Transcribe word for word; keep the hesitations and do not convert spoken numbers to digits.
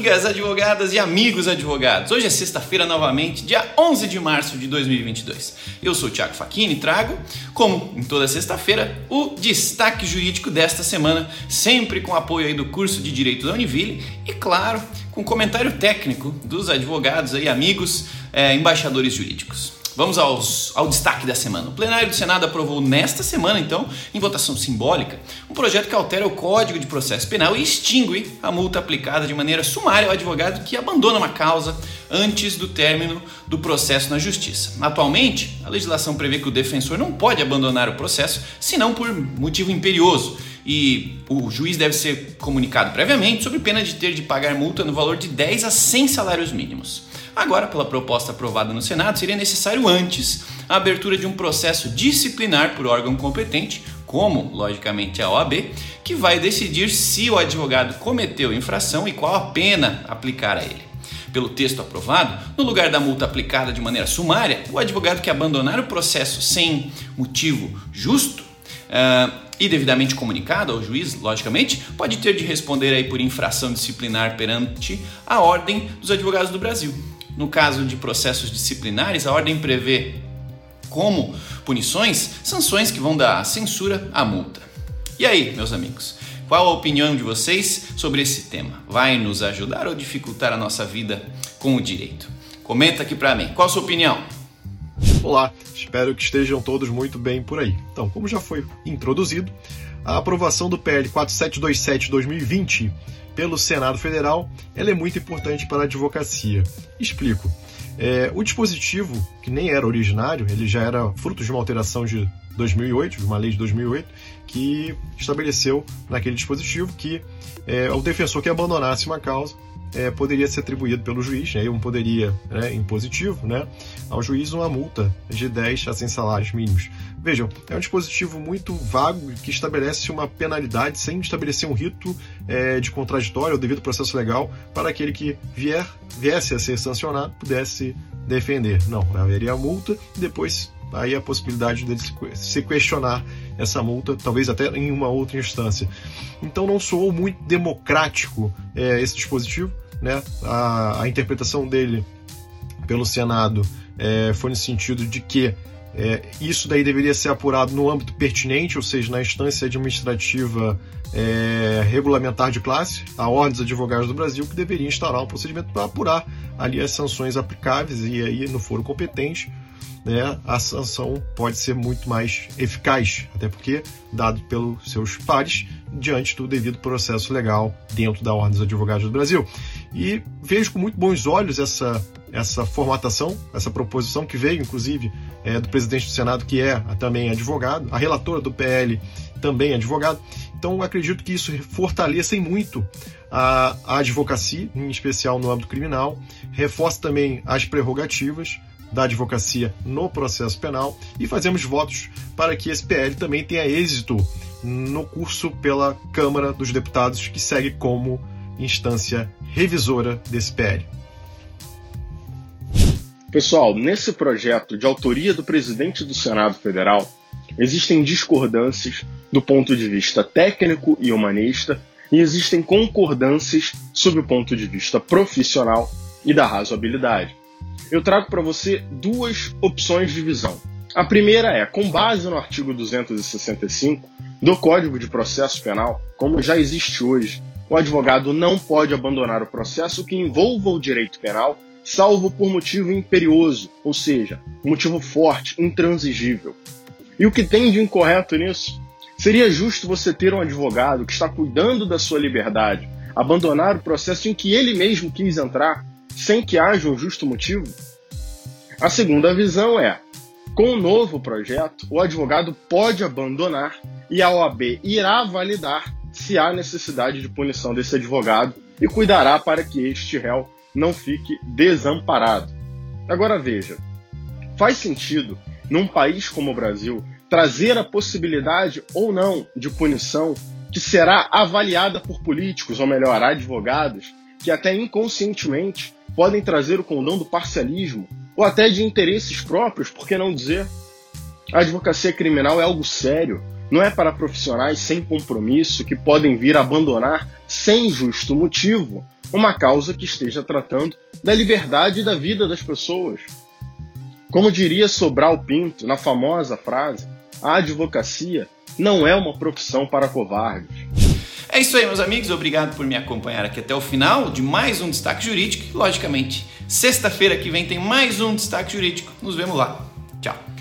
amigas advogadas e amigos advogados. Hoje é sexta-feira novamente, dia onze de março de dois mil e vinte e dois. Eu sou o Thiago Facchini e trago, como em toda sexta-feira, o destaque jurídico desta semana, sempre com apoio aí do curso de Direito da Univille e, claro, com comentário técnico dos advogados e amigos é, embaixadores jurídicos. Vamos aos, ao destaque da semana. O plenário do Senado aprovou nesta semana, então, em votação simbólica, um projeto que altera o Código de Processo Penal e extingue a multa aplicada de maneira sumária ao advogado que abandona uma causa antes do término do processo na Justiça. Atualmente, a legislação prevê que o defensor não pode abandonar o processo, senão por motivo imperioso, e o juiz deve ser comunicado previamente sob pena de ter de pagar multa no valor de dez a cem salários mínimos. Agora, pela proposta aprovada no Senado, seria necessário antes a abertura de um processo disciplinar por órgão competente, como, logicamente, a O A B, que vai decidir se o advogado cometeu infração e qual a pena aplicar a ele. Pelo texto aprovado, no lugar da multa aplicada de maneira sumária, o advogado que abandonar o processo sem motivo justo uh, e devidamente comunicado ao juiz, logicamente, pode ter de responder aí por infração disciplinar perante a Ordem dos Advogados do Brasil. No caso de processos disciplinares, a ordem prevê como punições sanções que vão da censura à multa. E aí, meus amigos, qual a opinião de vocês sobre esse tema? Vai nos ajudar ou dificultar a nossa vida com o direito? Comenta aqui pra mim. Qual a sua opinião? Olá, espero que estejam todos muito bem por aí. Então, como já foi introduzido, a aprovação do P L quatro sete dois sete barra dois mil e vinte pelo Senado Federal, ela é muito importante para a advocacia. Explico. É, o dispositivo, que nem era originário, ele já era fruto de uma alteração de dois mil e oito, de uma lei de dois mil e oito, que estabeleceu naquele dispositivo que é, o defensor que abandonasse uma causa é, poderia ser atribuído pelo juiz, né, um poderia, né, impositivo, né, ao juiz uma multa de dez a cem salários mínimos. Vejam, é um dispositivo muito vago que estabelece uma penalidade sem estabelecer um rito é, de contraditório ou devido processo legal para aquele que vier, viesse a ser sancionado pudesse defender. Não, haveria a multa e depois aí a possibilidade de se questionar essa multa, talvez até em uma outra instância. Então não soou muito democrático é, esse dispositivo, né? A, a interpretação dele pelo Senado é, foi no sentido de que É, isso daí deveria ser apurado no âmbito pertinente, ou seja, na instância administrativa é, regulamentar de classe, a Ordem dos Advogados do Brasil, que deveria instaurar um procedimento para apurar ali as sanções aplicáveis e aí, no foro competente, né, a sanção pode ser muito mais eficaz, até porque dado pelos seus pares diante do devido processo legal dentro da Ordem dos Advogados do Brasil. E vejo com muito bons olhos essa essa formatação, essa proposição que veio, inclusive, é, do presidente do Senado, que é também advogado, a relatora do P L também é advogado. Então, acredito que isso fortaleça muito a, a advocacia, em especial no âmbito criminal, reforça também as prerrogativas da advocacia no processo penal e fazemos votos para que esse P L também tenha êxito no curso pela Câmara dos Deputados, que segue como instância revisora desse P L. Pessoal, nesse projeto de autoria do presidente do Senado Federal, existem discordâncias do ponto de vista técnico e humanista e existem concordâncias sob o ponto de vista profissional e da razoabilidade. Eu trago para você duas opções de visão. A primeira é, com base no artigo duzentos e sessenta e cinco do Código de Processo Penal, como já existe hoje, o advogado não pode abandonar o processo que envolva o direito penal, salvo por motivo imperioso, ou seja, motivo forte, intransigível. E o que tem de incorreto nisso? Seria justo você ter um advogado que está cuidando da sua liberdade, abandonar o processo em que ele mesmo quis entrar, sem que haja um justo motivo? A segunda visão é, com o novo projeto, o advogado pode abandonar e a O A B irá validar se há necessidade de punição desse advogado e cuidará para que este réu não fique desamparado. Agora veja, faz sentido, num país como o Brasil, trazer a possibilidade ou não de punição que será avaliada por políticos, ou melhor, advogados, que até inconscientemente podem trazer o condão do parcialismo, ou até de interesses próprios, por que não dizer? A advocacia criminal é algo sério, não é para profissionais sem compromisso que podem vir a abandonar, sem justo motivo, uma causa que esteja tratando da liberdade e da vida das pessoas. Como diria Sobral Pinto na famosa frase, a advocacia não é uma profissão para covardes. É isso aí, meus amigos. Obrigado por me acompanhar aqui até o final de mais um Destaque Jurídico. E, logicamente, sexta-feira que vem tem mais um Destaque Jurídico. Nos vemos lá. Tchau.